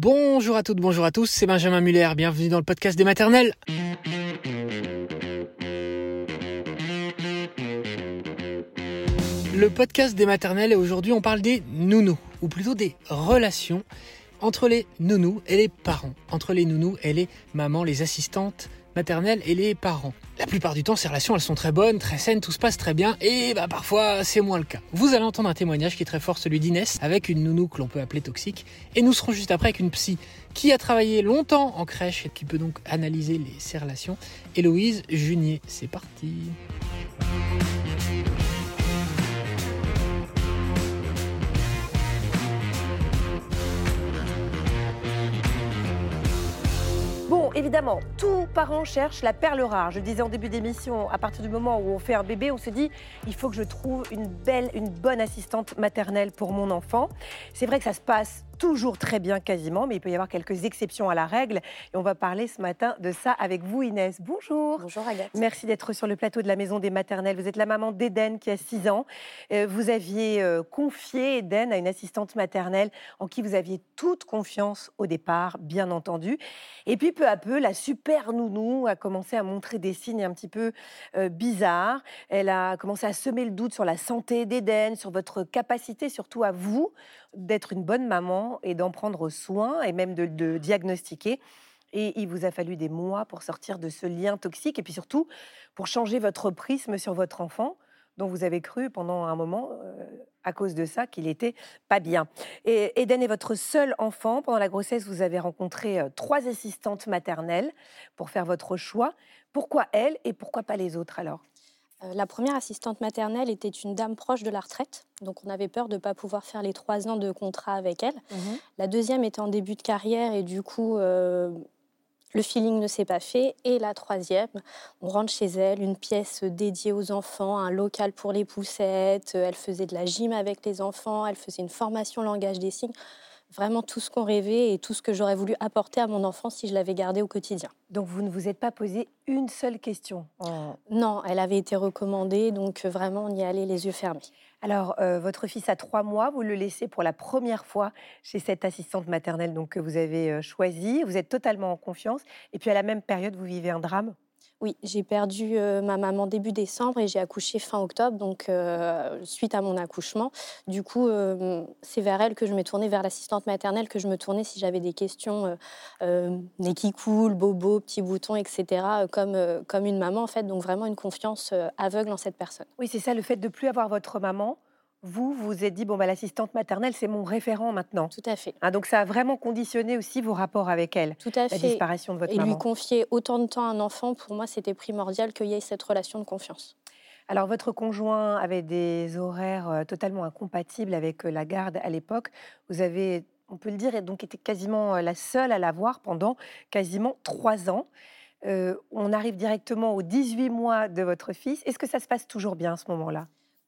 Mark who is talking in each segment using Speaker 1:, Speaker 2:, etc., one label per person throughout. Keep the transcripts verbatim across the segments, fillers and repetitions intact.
Speaker 1: Bonjour à toutes, bonjour à tous, c'est Benjamin Muller, bienvenue dans le podcast des maternelles. Le podcast des maternelles et aujourd'hui on parle des nounous, ou plutôt des relations entre les nounous et les parents, entre les nounous et les mamans, les assistantes maternelles et les parents. La plupart du temps, ces relations, elles sont très bonnes, très saines, tout se passe très bien, et bah parfois, c'est moins le cas. Vous allez entendre un témoignage qui est très fort, celui d'Inès, avec une nounou que l'on peut appeler toxique, et nous serons juste après avec une psy qui a travaillé longtemps en crèche et qui peut donc analyser les, ces relations. Héloïse Junier, c'est parti.
Speaker 2: Bon, évidemment, tous parents cherchent la perle rare. Je disais en début d'émission, à partir du moment où on fait un bébé, on se dit il faut que je trouve une belle, une bonne assistante maternelle pour mon enfant. C'est vrai que ça se passe toujours très bien quasiment, mais il peut y avoir quelques exceptions à la règle. Et on va parler ce matin de ça avec vous, Inès. Bonjour.
Speaker 3: Bonjour Agathe.
Speaker 2: Merci d'être sur le plateau de la Maison des Maternelles. Vous êtes la maman d'Eden qui a six ans. Euh, vous aviez euh, confié Eden à une assistante maternelle en qui vous aviez toute confiance au départ, bien entendu. Et puis peu à peu, la super nounou a commencé à montrer des signes un petit peu euh, bizarres. Elle a commencé à semer le doute sur la santé d'Eden, sur votre capacité surtout à vous d'être une bonne maman et d'en prendre soin et même de, de diagnostiquer. Et il vous a fallu des mois pour sortir de ce lien toxique et puis surtout pour changer votre prisme sur votre enfant dont vous avez cru pendant un moment, euh, à cause de ça, qu'il était pas bien. Et Eden est votre seul enfant. Pendant la grossesse, vous avez rencontré euh, trois assistantes maternelles pour faire votre choix. Pourquoi elle et pourquoi pas les autres alors ?
Speaker 3: Euh, la première assistante maternelle était une dame proche de la retraite, donc on avait peur de ne pas pouvoir faire les trois ans de contrat avec elle. Mmh. La deuxième était en début de carrière et du coup, euh, le feeling ne s'est pas fait. Et la troisième, on rentre chez elle, une pièce dédiée aux enfants, un local pour les poussettes, elle faisait de la gym avec les enfants, elle faisait une formation langage des signes. Vraiment tout ce qu'on rêvait et tout ce que j'aurais voulu apporter à mon enfant si je l'avais gardé au quotidien.
Speaker 2: Donc vous ne vous êtes pas posé une seule question en...
Speaker 3: Non, elle avait été recommandée, donc vraiment on y allait les yeux fermés.
Speaker 2: Alors, euh, votre fils a trois mois, vous le laissez pour la première fois chez cette assistante maternelle donc, que vous avez euh, choisie. Vous êtes totalement en confiance. Et puis à la même période, vous vivez un drame ?
Speaker 3: Oui, j'ai perdu euh, ma maman début décembre et j'ai accouché fin octobre, donc euh, suite à mon accouchement. Du coup, euh, c'est vers elle que je me tournais, vers l'assistante maternelle que je me tournais si j'avais des questions, euh, euh, nez qui coule, bobo, petits boutons, et cetera, euh, comme, euh, comme une maman en fait, donc vraiment une confiance euh, aveugle en cette personne.
Speaker 2: Oui, c'est ça, le fait de ne plus avoir votre maman. Vous, vous vous êtes dit, bon, bah, l'assistante maternelle, c'est mon référent maintenant.
Speaker 3: Tout à fait.
Speaker 2: Hein, donc, ça a vraiment conditionné aussi vos rapports avec elle.
Speaker 3: Tout à
Speaker 2: la
Speaker 3: fait.
Speaker 2: disparition de votre
Speaker 3: et
Speaker 2: maman.
Speaker 3: Et lui confier autant de temps à un enfant, pour moi, c'était primordial qu'il y ait cette relation de confiance.
Speaker 2: Alors, votre conjoint avait des horaires euh, totalement incompatibles avec euh, la garde à l'époque. Vous avez, on peut le dire, donc été quasiment euh, la seule à l'avoir pendant quasiment trois ans. Euh, on arrive directement aux dix-huit mois de votre fils. Est-ce que ça se passe toujours bien à ce moment-là ?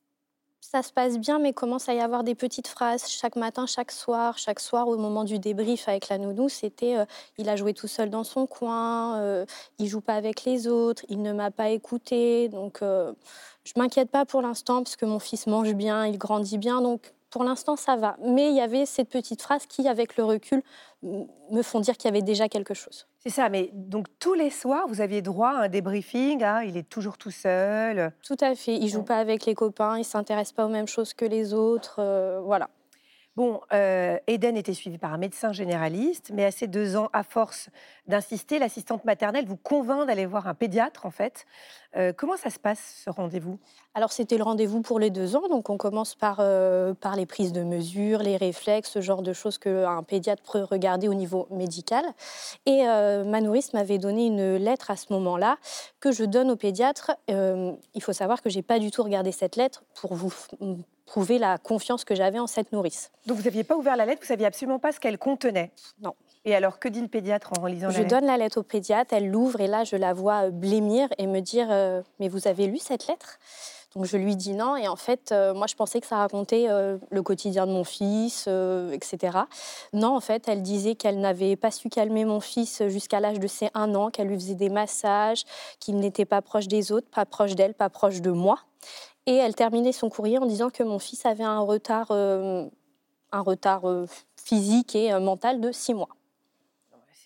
Speaker 3: Ça se passe bien, mais commence à y avoir des petites phrases chaque matin, chaque soir. Chaque soir, au moment du débrief avec la nounou, c'était euh, il a joué tout seul dans son coin, euh, il joue pas avec les autres, il ne m'a pas écouté. Donc, euh, je m'inquiète pas pour l'instant parce que mon fils mange bien, il grandit bien. Donc, pour l'instant, ça va. Mais il y avait cette petite phrase qui, avec le recul, me font dire qu'il y avait déjà quelque chose.
Speaker 2: C'est ça, mais donc tous les soirs, vous aviez droit à un débriefing, hein, il est toujours tout seul.
Speaker 3: Tout à fait, il joue pas avec les copains, il s'intéresse pas aux mêmes choses que les autres, euh, voilà.
Speaker 2: Bon, euh, Eden était suivi par un médecin généraliste, mais à ces deux ans, à force d'insister, l'assistante maternelle vous convainc d'aller voir un pédiatre, en fait. Euh, comment ça se passe, ce rendez-vous ?
Speaker 3: Alors, c'était le rendez-vous pour les deux ans, donc on commence par, euh, par les prises de mesures, les réflexes, ce genre de choses qu'un pédiatre peut regarder au niveau médical. Et euh, ma nourrice m'avait donné une lettre à ce moment-là que je donne au pédiatre. Euh, il faut savoir que je n'ai pas du tout regardé cette lettre pour vous prouver la confiance que j'avais en cette nourrice.
Speaker 2: Donc, vous n'aviez pas ouvert la lettre, vous ne saviez absolument pas ce qu'elle contenait ?
Speaker 3: Non.
Speaker 2: Et alors, que dit le pédiatre en lisant
Speaker 3: Je
Speaker 2: la lettre ?
Speaker 3: donne la lettre au pédiatre, elle l'ouvre et là, je la vois blêmir et me dire euh, « Mais vous avez lu cette lettre ?» Donc, je lui dis non. Et en fait, euh, moi, je pensais que ça racontait euh, le quotidien de mon fils, euh, et cetera. Non, en fait, elle disait qu'elle n'avait pas su calmer mon fils jusqu'à l'âge de ses un an, qu'elle lui faisait des massages, qu'il n'était pas proche des autres, pas proche d'elle, pas proche de moi. Et elle terminait son courrier en disant que mon fils avait un retard, euh, un retard euh, physique et euh, mental de six mois.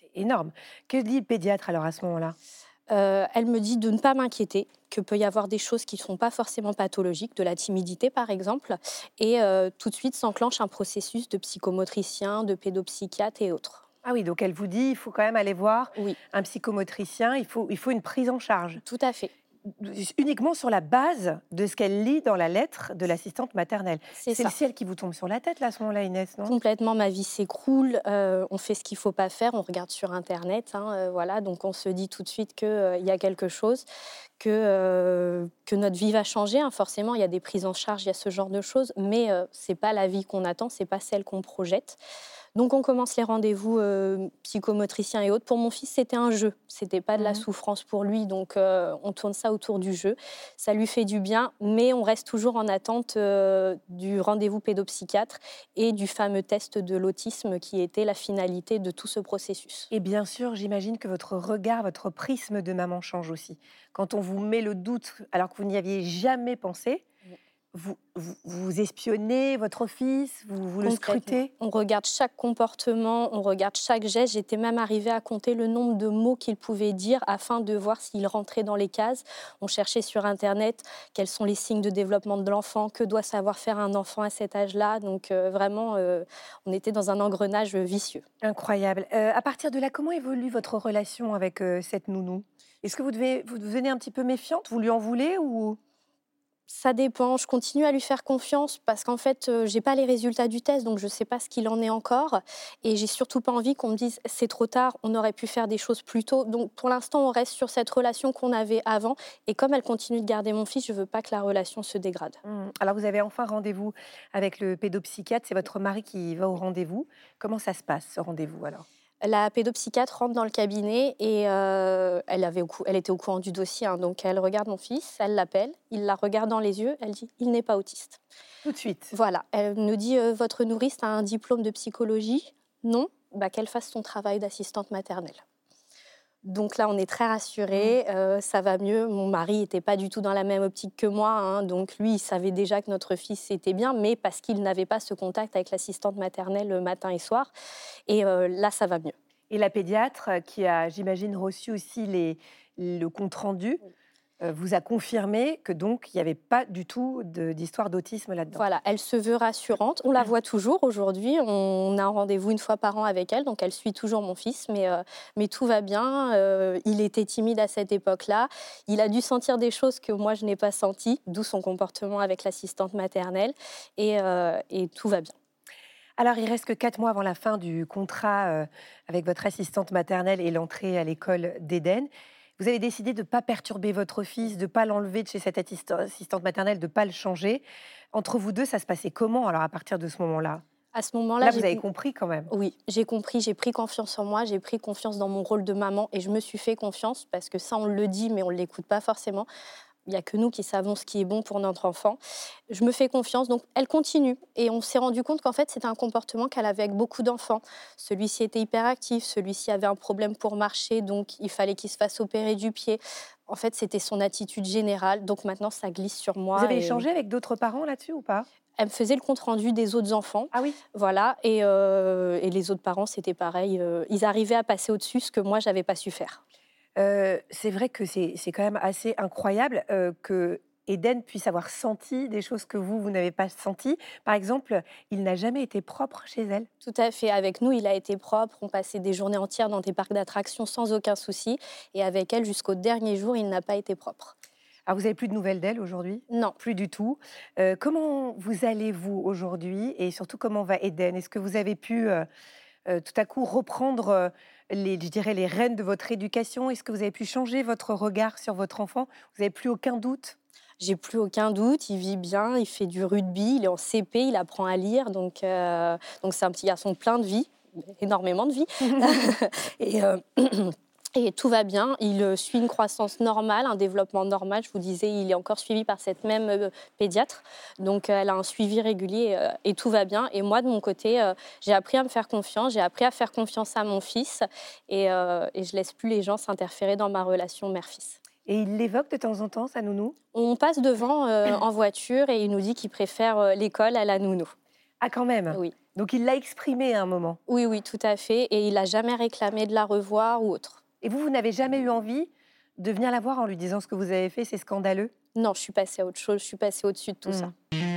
Speaker 2: énorme. Que dit le pédiatre alors à ce moment-là?
Speaker 3: Euh, elle me dit de ne pas m'inquiéter, que peut y avoir des choses qui ne sont pas forcément pathologiques, de la timidité par exemple, et euh, tout de suite s'enclenche un processus de psychomotricien, de pédopsychiatre et autres.
Speaker 2: Ah oui, donc elle vous dit, il faut quand même aller voir
Speaker 3: Oui,
Speaker 2: un psychomotricien, il faut, il faut une prise en charge.
Speaker 3: tout à fait,
Speaker 2: Uniquement sur la base de ce qu'elle lit dans la lettre de l'assistante maternelle.
Speaker 3: c'est
Speaker 2: C'est le
Speaker 3: ça.
Speaker 2: ciel qui vous tombe sur la tête là à ce moment-là, Inès, non?
Speaker 3: Complètement, ma vie s'écroule, euh, on fait ce qu'il ne faut pas faire, on regarde sur Internet, hein, euh, voilà, donc on se dit tout de suite qu'il y a quelque chose, que, euh, que notre vie va changer, hein, forcément, il y a des prises en charge, il y a ce genre de choses, mais euh, ce n'est pas la vie qu'on attend, ce n'est pas celle qu'on projette. Donc on commence les rendez-vous euh, psychomotriciens et autres. Pour mon fils, c'était un jeu, c'était pas de la
Speaker 2: Mhm.
Speaker 3: souffrance pour lui, donc euh, on tourne ça autour du jeu. Ça lui fait du bien, mais on reste toujours en attente euh, du rendez-vous pédopsychiatre et du fameux test de l'autisme qui était la finalité de tout ce processus.
Speaker 2: Et bien sûr, j'imagine que votre regard, votre prisme de maman change aussi. Quand on vous met le doute alors que vous n'y aviez jamais pensé, vous, vous, vous espionnez votre fils, vous, vous le
Speaker 3: Complètement.
Speaker 2: scrutez.
Speaker 3: On regarde chaque comportement, on regarde chaque geste. J'étais même arrivée à compter le nombre de mots qu'il pouvait dire afin de voir s'il rentrait dans les cases. On cherchait sur Internet quels sont les signes de développement de l'enfant, que doit savoir faire un enfant à cet âge-là. Donc euh, vraiment, euh, on était dans un engrenage vicieux.
Speaker 2: Incroyable. Euh, à partir de là, comment évolue votre relation avec euh, cette nounou? Est-ce que vous, devez, vous devenez un petit peu méfiante? Vous lui en voulez ou...
Speaker 3: Ça dépend, je continue à lui faire confiance parce qu'en fait, euh, j'ai pas les résultats du test, donc je sais pas ce qu'il en est encore. Et j'ai surtout pas envie qu'on me dise c'est trop tard, on aurait pu faire des choses plus tôt. Donc pour l'instant, on reste sur cette relation qu'on avait avant. Et comme elle continue de garder mon fils, je veux pas que la relation se dégrade.
Speaker 2: Hmm. Alors, vous avez enfin rendez-vous avec le pédopsychiatre. C'est votre mari qui va au rendez-vous. Comment ça se passe, ce rendez-vous alors?
Speaker 3: La pédopsychiatre rentre dans le cabinet et euh, elle, avait au cou- elle était au courant du dossier. Hein, donc elle regarde mon fils, elle l'appelle, il la regarde dans les yeux, elle dit il n'est pas autiste.
Speaker 2: Tout de suite.
Speaker 3: Voilà, elle nous dit euh, votre nourrice a un diplôme de psychologie? Non, bah, qu'elle fasse son travail d'assistante maternelle. Donc là, on est très rassurés, euh, ça va mieux. Mon mari n'était pas du tout dans la même optique que moi, hein, donc lui, il savait déjà que notre fils était bien, mais parce qu'il n'avait pas ce contact avec l'assistante maternelle le matin et soir. Et euh, là, ça va mieux.
Speaker 2: Et la pédiatre, euh, qui a, j'imagine, reçu aussi les, le compte-rendu, euh, vous a confirmé que donc il n'y avait pas du tout de- d'histoire d'autisme là-dedans.
Speaker 3: Voilà, elle se veut rassurante. On la voit toujours aujourd'hui. On a un rendez-vous une fois par an avec elle, donc elle suit toujours mon fils, mais, euh, mais tout va bien. Euh, il était timide à cette époque-là. Il a dû sentir des choses que moi, je n'ai pas senties, d'où son comportement avec l'assistante maternelle, et, euh, et tout va bien.
Speaker 2: Alors, il reste que quatre mois avant la fin du contrat euh, avec votre assistante maternelle et l'entrée à l'école d'Éden. Vous avez décidé de ne pas perturber votre fils, de ne pas l'enlever de chez cette assist- assistante maternelle, de ne pas le changer. Entre vous deux, ça se passait comment alors à partir de ce moment-là?
Speaker 3: À ce moment-là,
Speaker 2: Là,
Speaker 3: j'ai
Speaker 2: vous avez
Speaker 3: pu-
Speaker 2: compris quand même.
Speaker 3: Oui, j'ai compris, j'ai pris confiance en moi, j'ai pris confiance dans mon rôle de maman et je me suis fait confiance parce que ça, on le dit, mais on ne l'écoute pas forcément. Il n'y a que nous qui savons ce qui est bon pour notre enfant. Je me fais confiance, donc elle continue. Et on s'est rendu compte qu'en fait, c'était un comportement qu'elle avait avec beaucoup d'enfants. Celui-ci était hyperactif, celui-ci avait un problème pour marcher, donc il fallait qu'il se fasse opérer du pied. En fait, c'était son attitude générale, donc maintenant, ça glisse sur moi.
Speaker 2: Vous avez
Speaker 3: et
Speaker 2: échangé avec d'autres parents là-dessus ou pas?
Speaker 3: Elle me faisait le compte-rendu des autres enfants.
Speaker 2: Ah oui.
Speaker 3: Voilà, et, euh, et les autres parents, c'était pareil. euh, ils arrivaient à passer au-dessus, ce que moi, je n'avais pas su faire.
Speaker 2: Euh, c'est vrai que c'est c'est quand même assez incroyable euh, que Eden puisse avoir senti des choses que vous, vous n'avez pas senties. Par exemple, il n'a jamais été propre chez elle.
Speaker 3: Tout à fait. Avec nous, il a été propre. On passait des journées entières dans des parcs d'attractions sans aucun souci. Et avec elle, jusqu'au dernier jour, il n'a pas été propre.
Speaker 2: Alors, vous n'avez plus de nouvelles d'elle aujourd'hui?
Speaker 3: Non.
Speaker 2: Plus du tout. Euh, comment vous allez-vous aujourd'hui? Et surtout, comment va Eden? Est-ce que vous avez pu euh, euh, tout à coup reprendre euh, les, je dirais, les rênes de votre éducation? Est-ce que vous avez pu changer votre regard sur votre enfant? Vous n'avez plus aucun doute?
Speaker 3: J'ai plus aucun doute, il vit bien, il fait du rugby, il est en C P, il apprend à lire, donc euh, donc c'est un petit garçon plein de vie, énormément de vie, et, euh, et tout va bien. Il euh, suit une croissance normale, un développement normal. Je vous disais, il est encore suivi par cette même euh, pédiatre, donc euh, elle a un suivi régulier euh, et tout va bien. Et moi, de mon côté, euh, j'ai appris à me faire confiance, j'ai appris à faire confiance à mon fils, et, euh, et je laisse plus les gens s'interférer dans ma relation mère-fils.
Speaker 2: Et il l'évoque de temps en temps, sa nounou?
Speaker 3: On passe devant euh, en voiture et il nous dit qu'il préfère euh, l'école à la nounou.
Speaker 2: Ah, quand même.
Speaker 3: Oui.
Speaker 2: Donc il l'a exprimé à un moment.
Speaker 3: Oui, oui, tout à fait. Et il n'a jamais réclamé de la revoir ou autre.
Speaker 2: Et vous, vous n'avez jamais eu envie de venir la voir en lui disant ce que vous avez fait, c'est scandaleux?
Speaker 3: Non, je suis passée à autre chose, je suis passée au-dessus de tout
Speaker 2: Mmh.
Speaker 3: ça.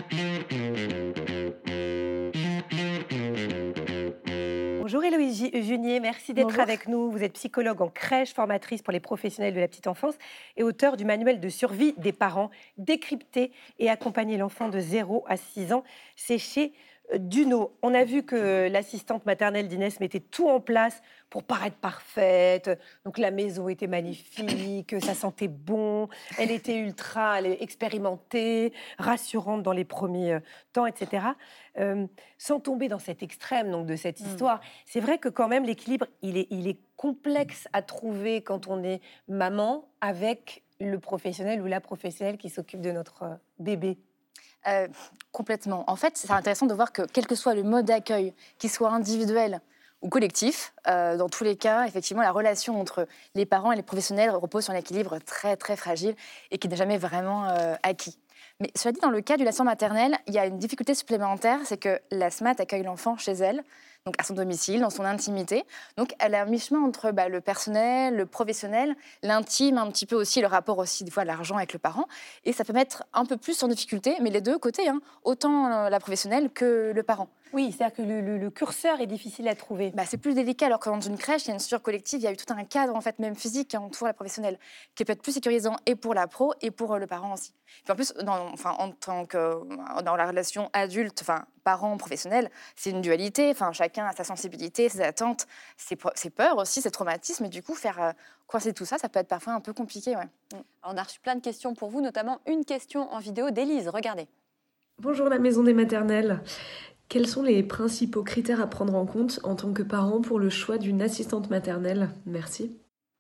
Speaker 2: Bonjour Héloïse Gi- Junier, merci d'être
Speaker 3: Bonjour.
Speaker 2: avec nous. Vous êtes psychologue en crèche, formatrice pour les professionnels de la petite enfance et auteur du manuel de survie des parents, décrypter et accompagner l'enfant de zéro à six ans. C'est chez euh, Duno. On a vu que l'assistante maternelle d'Inès mettait tout en place pour paraître parfaite. Donc la maison était magnifique, ça sentait bon, elle était ultra elle est expérimentée, rassurante dans les premiers euh, temps, et cetera. Euh, sans tomber dans cet extrême donc, de cette
Speaker 4: Mm.
Speaker 2: histoire, c'est vrai que quand même l'équilibre, il est, il est complexe à trouver quand on est maman avec le professionnel ou la professionnelle qui s'occupe de notre euh, bébé.
Speaker 4: Euh, complètement. En fait, c'est intéressant de voir que quel que soit le mode d'accueil, qu'il soit individuel ou collectif, euh, dans tous les cas, effectivement, la relation entre les parents et les professionnels repose sur un équilibre très, très fragile et qui n'est jamais vraiment euh, acquis. Mais cela dit, dans le cas du l'assistante maternelle, il y a une difficulté supplémentaire, c'est que la S M A T accueille l'enfant chez elle, donc à son domicile, dans son intimité. Donc elle est à mi-chemin entre bah, le personnel, le professionnel, l'intime un petit peu aussi, le rapport aussi des fois à l'argent avec le parent. Et ça peut mettre un peu plus en difficulté, mais les deux côtés, hein, autant euh, la professionnelle que le parent.
Speaker 2: Oui, c'est-à-dire que le, le- le curseur est difficile à trouver.
Speaker 4: Bah, c'est plus délicat, alors que dans une crèche, il y a une structure collective, il y a eu tout un cadre, en fait, même physique, qui entoure la professionnelle, qui peut être plus sécurisant et pour la pro et pour euh, le parent aussi. Puis en plus, dans, enfin, en tant que, euh, dans la relation adulte, enfin, parent-professionnel, c'est une dualité, enfin, chacun a sa sensibilité, ses attentes, ses, pro- ses peurs aussi, ses traumatismes, et du coup, faire euh, coincer tout ça, ça peut être parfois un peu compliqué, ouais.
Speaker 5: Alors, on a reçu plein de questions pour vous, notamment une question en vidéo d'Élise. Regardez.
Speaker 6: Bonjour la maison des maternelles. Quels sont les principaux critères à prendre en compte en tant que parent pour le choix d'une assistante maternelle? Merci.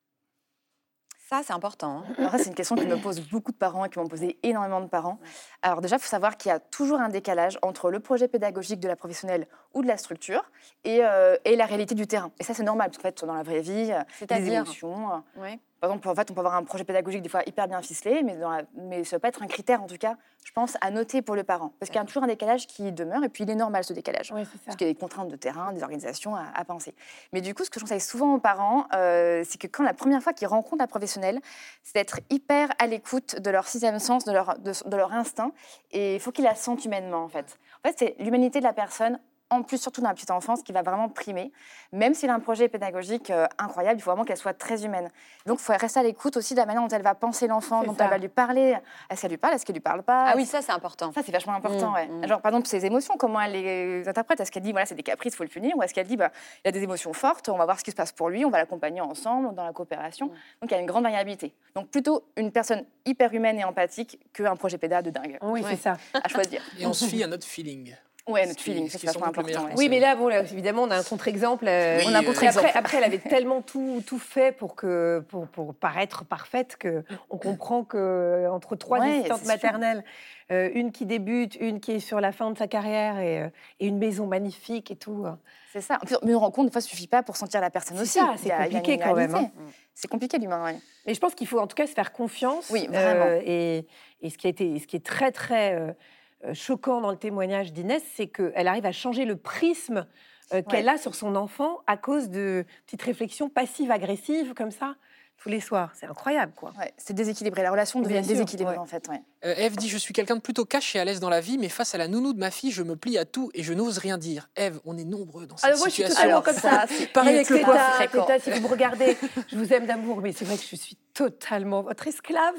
Speaker 5: Ça, c'est important. hein.
Speaker 4: Alors ça, c'est une question qui me posent beaucoup de parents et qui m'ont posé énormément de parents. Alors déjà, il faut savoir qu'il y a toujours un décalage entre le projet pédagogique de la professionnelle ou de la structure et, euh, et la réalité du terrain. Et ça, c'est normal, parce qu'en fait, dans la vraie vie, il y a des
Speaker 5: C'est-à-dire
Speaker 4: émotions. euh,
Speaker 5: Oui.
Speaker 4: Par exemple, en fait, on peut avoir un projet pédagogique des fois hyper bien ficelé, mais, dans la... mais ça peut pas être un critère, en tout cas, je pense, à noter pour le parent. Parce qu'il y a toujours un décalage qui demeure, et puis il est normal, ce décalage.
Speaker 2: Oui, c'est ça.
Speaker 4: Parce qu'il y a des contraintes de terrain, des organisations à, à penser. Mais du coup, ce que je conseille souvent aux parents, euh, c'est que quand la première fois qu'ils rencontrent un professionnel, c'est d'être hyper à l'écoute de leur sixième sens, de leur, de, de leur instinct, et il faut qu'ils la sentent humainement, en fait. En fait, c'est l'humanité de la personne, en plus, surtout dans la petite enfance, qui va vraiment primer. Même s'il a un projet pédagogique euh, incroyable, il faut vraiment qu'elle soit très humaine. Donc, il faut rester à l'écoute aussi de la manière dont elle va penser l'enfant,
Speaker 2: C'est
Speaker 4: dont
Speaker 2: ça.
Speaker 4: elle va lui parler. Est-ce qu'elle lui parle, est-ce qu'elle lui parle pas?
Speaker 5: Ah oui, ça, c'est important.
Speaker 4: Ça, c'est vachement important,
Speaker 5: Mmh,
Speaker 4: ouais.
Speaker 5: mmh.
Speaker 4: Genre, par exemple, ses émotions, comment elle les interprète? Est-ce qu'elle dit, voilà, c'est des caprices, il faut le punir? Ou est-ce qu'elle dit, bah, il a des émotions fortes, on va voir ce qui se passe pour lui, on va l'accompagner ensemble dans la coopération?
Speaker 5: Mmh.
Speaker 4: Donc, il y a une grande variabilité. Donc, plutôt une personne hyper humaine et empathique qu'un projet péda de dingue
Speaker 2: Oui,
Speaker 5: Ouais.
Speaker 2: c'est ça.
Speaker 4: à choisir.
Speaker 1: Et on se fie à notre feeling.
Speaker 4: Ouais,
Speaker 1: Ce
Speaker 4: notre
Speaker 1: qui-
Speaker 4: feeling,
Speaker 1: ce
Speaker 4: ça,
Speaker 1: qui
Speaker 4: c'est
Speaker 1: est sans
Speaker 4: vachement
Speaker 1: doute le meilleur
Speaker 4: important.
Speaker 1: conseil.
Speaker 2: Oui, mais là, bon, là, évidemment, on a un contre-exemple. euh,
Speaker 1: Oui,
Speaker 4: On a un
Speaker 1: euh,
Speaker 4: contre-exemple.
Speaker 2: Après, après, elle avait tellement tout, tout fait pour, que, pour, pour paraître parfaite qu'on comprend qu'entre trois
Speaker 4: Ouais,
Speaker 2: assistantes
Speaker 4: c'est sûr.
Speaker 2: maternelles, euh, une qui débute, une qui est sur la fin de sa carrière et, euh, et une maison magnifique et tout. euh.
Speaker 4: C'est ça. En plus, une rencontre, des fois, ne suffit pas pour sentir la personne
Speaker 2: C'est
Speaker 4: aussi.
Speaker 2: ça, c'est
Speaker 4: Il y a- il y a une
Speaker 2: compliqué quand même,
Speaker 4: réalité.
Speaker 5: hein.
Speaker 4: C'est compliqué, l'humain, ouais.
Speaker 2: Mais je pense qu'il faut en tout cas se faire confiance.
Speaker 4: Oui, vraiment.
Speaker 2: et, et ce, qui a été, ce qui est très, très euh, euh, choquant dans le témoignage d'Inès, c'est qu'elle arrive à changer le prisme euh, qu'elle a sur son enfant à cause de petites réflexions passives-agressives comme ça, tous les soirs. C'est incroyable, quoi.
Speaker 4: Ouais, c'est déséquilibré. La relation
Speaker 2: Bien
Speaker 4: devient
Speaker 2: sûr,
Speaker 4: déséquilibrée,
Speaker 2: ouais.
Speaker 4: en fait. Ouais.
Speaker 1: Euh, Ève dit, je suis quelqu'un de plutôt cash et à l'aise dans la vie, mais face à la nounou de ma fille, je me plie à tout et je n'ose rien dire. Ève, on est nombreux dans cette
Speaker 2: Alors moi, je suis
Speaker 1: situation.
Speaker 2: totalement comme ça.
Speaker 4: c'est
Speaker 1: Pareil avec le
Speaker 4: ultra
Speaker 1: coiffre.
Speaker 4: fréquent.
Speaker 2: Teta, si vous me regardez, je vous aime d'amour, mais c'est vrai que je suis totalement votre esclave.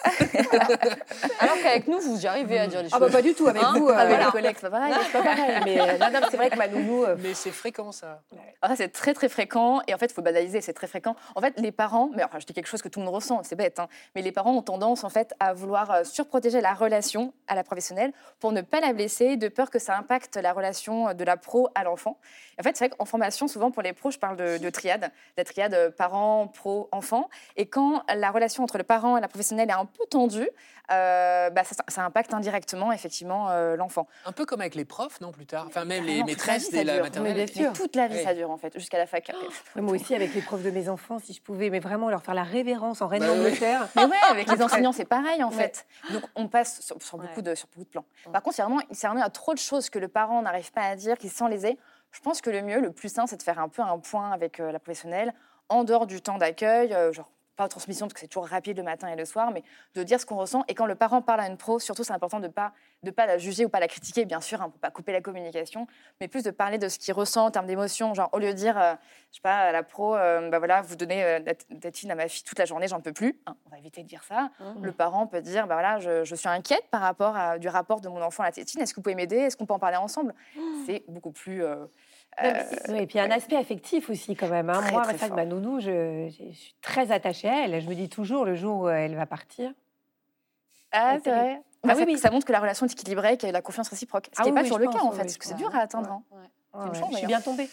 Speaker 5: Alors qu'avec nous, vous y arrivez à dire les
Speaker 2: Ah bah
Speaker 5: choses.
Speaker 2: pas du tout, avec
Speaker 5: Hein
Speaker 2: vous. euh,
Speaker 4: Avec
Speaker 2: voilà.
Speaker 4: les collègues, c'est pas pareil.
Speaker 2: C'est pas pareil, mais euh, non, non, mais c'est vrai que ma nounou... euh,
Speaker 1: Mais c'est fréquent, ça.
Speaker 4: Alors ça, c'est très, très fréquent. Et en fait, il faut banaliser, c'est très fréquent. En fait, les parents, mais enfin, je dis quelque chose que tout le monde ressent, c'est bête, hein, mais les parents ont tendance, en fait, à vouloir euh, surprotéger la relation à la professionnelle pour ne pas la blesser, de peur que ça impacte la relation de la pro à l'enfant. En fait, c'est vrai qu'en formation, souvent pour les pros, je parle de, de triade, la triade parents, pro, enfants. Et quand la relation entre le parent et la professionnelle est un peu tendue, euh, bah, ça, ça impacte indirectement effectivement euh, l'enfant.
Speaker 1: Un peu comme avec les profs, non, plus tard. Enfin, même
Speaker 4: Ah
Speaker 1: les
Speaker 4: non,
Speaker 1: maîtresses
Speaker 4: toute la vie,
Speaker 1: dès
Speaker 4: ça
Speaker 1: la
Speaker 4: dure.
Speaker 1: maternelle.
Speaker 2: Mais bien sûr.
Speaker 4: Mais toute la vie,
Speaker 1: Ouais.
Speaker 4: ça dure en fait, jusqu'à la fac. après.
Speaker 2: Ouais, moi aussi, avec les profs de mes enfants, si je pouvais, mais vraiment leur faire la révérence en reine
Speaker 1: Bah
Speaker 2: d'Angleterre.
Speaker 4: Mais ouais, avec les enseignants, c'est pareil en
Speaker 2: Ouais.
Speaker 4: fait. Donc on passe sur, sur beaucoup, de, sur beaucoup de plans. Par contre, c'est vraiment, c'est vraiment, il y a trop de choses que le parent n'arrive pas à dire, qui sont lésées. Je pense que le mieux, le plus sain, c'est de faire un peu un point avec euh, la professionnelle, en dehors du temps d'accueil, euh, genre pas de transmission parce que c'est toujours rapide le matin et le soir, mais de dire ce qu'on ressent. Et quand le parent parle à une pro, surtout c'est important de ne pas, de pas la juger ou pas la critiquer, bien sûr, hein, on ne peut pas couper la communication, mais plus de parler de ce qu'il ressent en termes d'émotion. Genre au lieu de dire, euh, je sais pas, à la pro, euh, bah voilà, vous donnez euh, la tétine à ma fille toute la journée, j'en peux plus. Hein, on va éviter de dire ça.
Speaker 2: Mmh.
Speaker 4: Le parent peut dire, bah voilà, je, je suis inquiète par rapport à, du rapport de mon enfant à la tétine. Est-ce que vous pouvez m'aider? Est-ce qu'on peut en parler ensemble? C'est beaucoup plus... Euh,
Speaker 2: Euh,
Speaker 4: euh,
Speaker 2: oui, et puis un aspect affectif aussi quand même. Hein.
Speaker 4: Très,
Speaker 2: Moi,
Speaker 4: très
Speaker 2: c'est vrai que
Speaker 4: fort.
Speaker 2: ma nounou, je, je suis très attachée à elle. Je me dis toujours le jour où elle va partir.
Speaker 4: Ah,
Speaker 2: Ouais,
Speaker 4: c'est
Speaker 2: terrible.
Speaker 4: vrai.
Speaker 2: Ah
Speaker 4: Bah,
Speaker 2: oui,
Speaker 4: ça,
Speaker 2: oui.
Speaker 4: ça montre que la relation est équilibrée, qu'il y a de la confiance réciproque. Ce
Speaker 2: Ah
Speaker 4: qui n'est
Speaker 2: oui,
Speaker 4: pas
Speaker 2: oui,
Speaker 4: toujours
Speaker 2: je
Speaker 4: le cas,
Speaker 2: pense,
Speaker 4: en
Speaker 2: oui,
Speaker 4: fait,
Speaker 2: oui,
Speaker 4: parce que c'est
Speaker 2: ouais.
Speaker 4: dur à atteindre. hein.
Speaker 2: Ouais,
Speaker 4: C'est une
Speaker 2: ouais,
Speaker 4: chance,
Speaker 2: je suis
Speaker 4: d'ailleurs.
Speaker 2: bien tombée.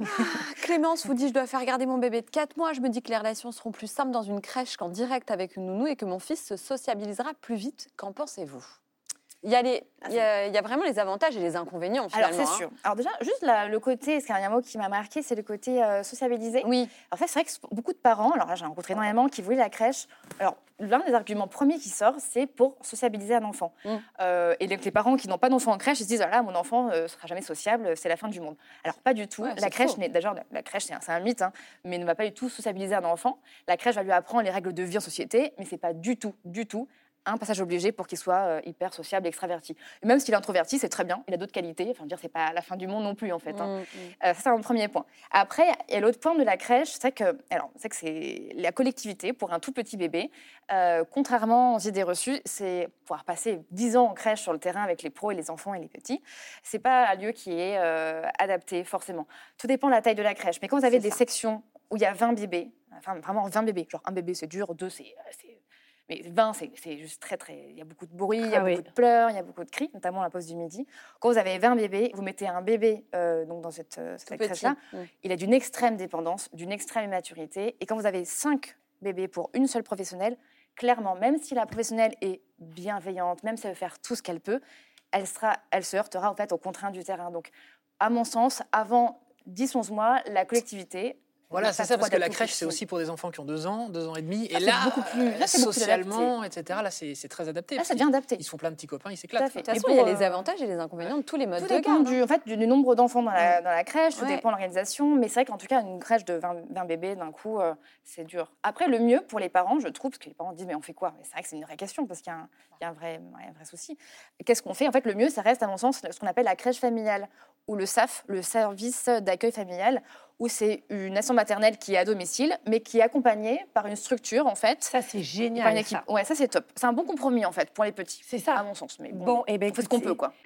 Speaker 5: Clémence vous dit, je dois faire garder mon bébé de quatre mois. Je me dis que les relations seront plus simples dans une crèche qu'en direct avec une nounou et que mon fils se sociabilisera plus vite. Qu'en pensez-vous? Il y, a les, il, y a, il y a vraiment les avantages et les inconvénients,
Speaker 4: Alors,
Speaker 5: finalement.
Speaker 4: c'est
Speaker 5: hein.
Speaker 4: sûr. Alors, déjà, juste la- le côté, parce qu'il y a un mot qui m'a marqué, c'est le côté euh, sociabilisé.
Speaker 5: Oui.
Speaker 4: En fait, c'est vrai que beaucoup de parents, alors là, j'ai rencontré énormément qui voulaient la crèche. Alors, l'un des arguments premiers qui sort, c'est pour sociabiliser un enfant.
Speaker 5: Mm.
Speaker 4: Euh, et donc, les parents qui n'ont pas d'enfant en crèche, ils se disent, voilà, mon enfant ne sera jamais sociable, c'est la fin du monde. Alors, pas du tout.
Speaker 5: Ouais,
Speaker 4: la
Speaker 5: c'est
Speaker 4: crèche,
Speaker 5: faux.
Speaker 4: n'est, d'ailleurs, la- la crèche, c'est un, c'est un mythe, hein, mais ne va pas du tout sociabiliser un enfant. La crèche va lui apprendre les règles de vie en société, mais c'est pas du tout, du tout un passage obligé pour qu'il soit euh, hyper sociable et extraverti. Et même s'il est introverti, c'est très bien, il a d'autres qualités. Enfin, je veux dire, c'est pas la fin du monde non plus, en fait. hein.
Speaker 5: Mm, mm.
Speaker 4: Euh, ça, c'est un premier point. Après, il y a l'autre point de la crèche, c'est que, alors, c'est que c'est la collectivité pour un tout petit bébé. Euh, contrairement aux idées reçues, c'est pouvoir passer dix ans en crèche sur le terrain avec les pros et les enfants et les petits. C'est pas un lieu qui est euh, adapté forcément. Tout dépend de la taille de la crèche. Mais quand vous avez
Speaker 5: C'est
Speaker 4: des
Speaker 5: ça.
Speaker 4: sections où il y a vingt bébés, enfin vraiment vingt bébés, genre un bébé c'est dur, deux c'est, c'est mais vingt, c'est, c'est juste très, très... Il y a beaucoup de bruit, il y a
Speaker 2: Ah oui.
Speaker 4: beaucoup de pleurs, il y a beaucoup de cris, notamment à la pause du midi. Quand vous avez vingt bébés, vous mettez un bébé euh, donc dans cette, euh, cette
Speaker 5: Tout petit.
Speaker 4: crèche-là,
Speaker 5: Mm.
Speaker 4: il a d'une extrême dépendance, d'une extrême immaturité. Et quand vous avez cinq bébés pour une seule professionnelle, clairement, même si la professionnelle est bienveillante, même si elle veut faire tout ce qu'elle peut, elle, sera, elle se heurtera en fait aux contraintes du terrain. Donc, à mon sens, avant dix onze mois, la collectivité...
Speaker 1: Voilà,
Speaker 4: n'a
Speaker 1: c'est
Speaker 4: pas
Speaker 1: ça,
Speaker 4: trop
Speaker 1: parce que la
Speaker 4: adapté
Speaker 1: crèche,
Speaker 4: aux
Speaker 1: c'est
Speaker 4: petits.
Speaker 1: aussi pour des enfants qui ont deux ans, deux ans et demi. Et
Speaker 4: Ah, c'est
Speaker 1: là,
Speaker 4: beaucoup plus- là, c'est beaucoup plus
Speaker 1: socialement, et cetera, là, c'est c'est très adapté.
Speaker 4: Là, ça
Speaker 1: parce
Speaker 4: devient adapté.
Speaker 1: qu'ils se font plein de petits copains, ils
Speaker 4: Tout
Speaker 1: s'éclatent.
Speaker 4: à fait.
Speaker 5: De toute
Speaker 4: Et
Speaker 5: façon, il y a
Speaker 4: pour,
Speaker 5: les
Speaker 4: euh,
Speaker 5: avantages et les inconvénients de tous les modes
Speaker 4: Tout
Speaker 5: de
Speaker 4: dépend
Speaker 5: garde.
Speaker 4: du, en fait, du, du nombre d'enfants dans la, dans la crèche, tout
Speaker 5: Ouais.
Speaker 4: dépend de l'organisation. Mais c'est vrai qu'en tout cas, une crèche de vingt, vingt bébés d'un coup, euh, c'est dur. Après, le mieux pour les parents, je trouve, parce que les parents disent, mais on fait quoi? Mais c'est vrai que c'est une vraie question, parce qu'il y a un, il y a un, vrai, ouais, un vrai souci. Qu'est-ce qu'on fait? En fait, le mieux, ça reste, à mon sens, ce qu'on appelle la crèche familiale, ou le S A F, le service d'accueil familial, où c'est une nation maternelle qui est à domicile, mais qui est accompagnée par une structure, en fait.
Speaker 2: Ça, c'est
Speaker 4: Par
Speaker 2: génial.
Speaker 4: une équipe.
Speaker 2: ça.
Speaker 4: Ouais, ça, c'est top. C'est un bon compromis, en fait, pour les petits.
Speaker 2: C'est ça.
Speaker 4: À mon sens. Mais bon,
Speaker 2: Bon, eh ben,
Speaker 4: on fait ce qu'on
Speaker 2: écoutez,
Speaker 4: peut, quoi.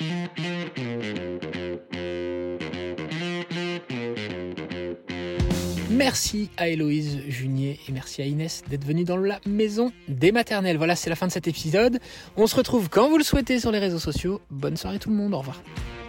Speaker 1: Merci à Héloïse Junier et merci à Inès d'être venue dans la maison des maternelles. Voilà, c'est la fin de cet épisode. On se retrouve quand vous le souhaitez sur les réseaux sociaux. Bonne soirée tout le monde, au revoir.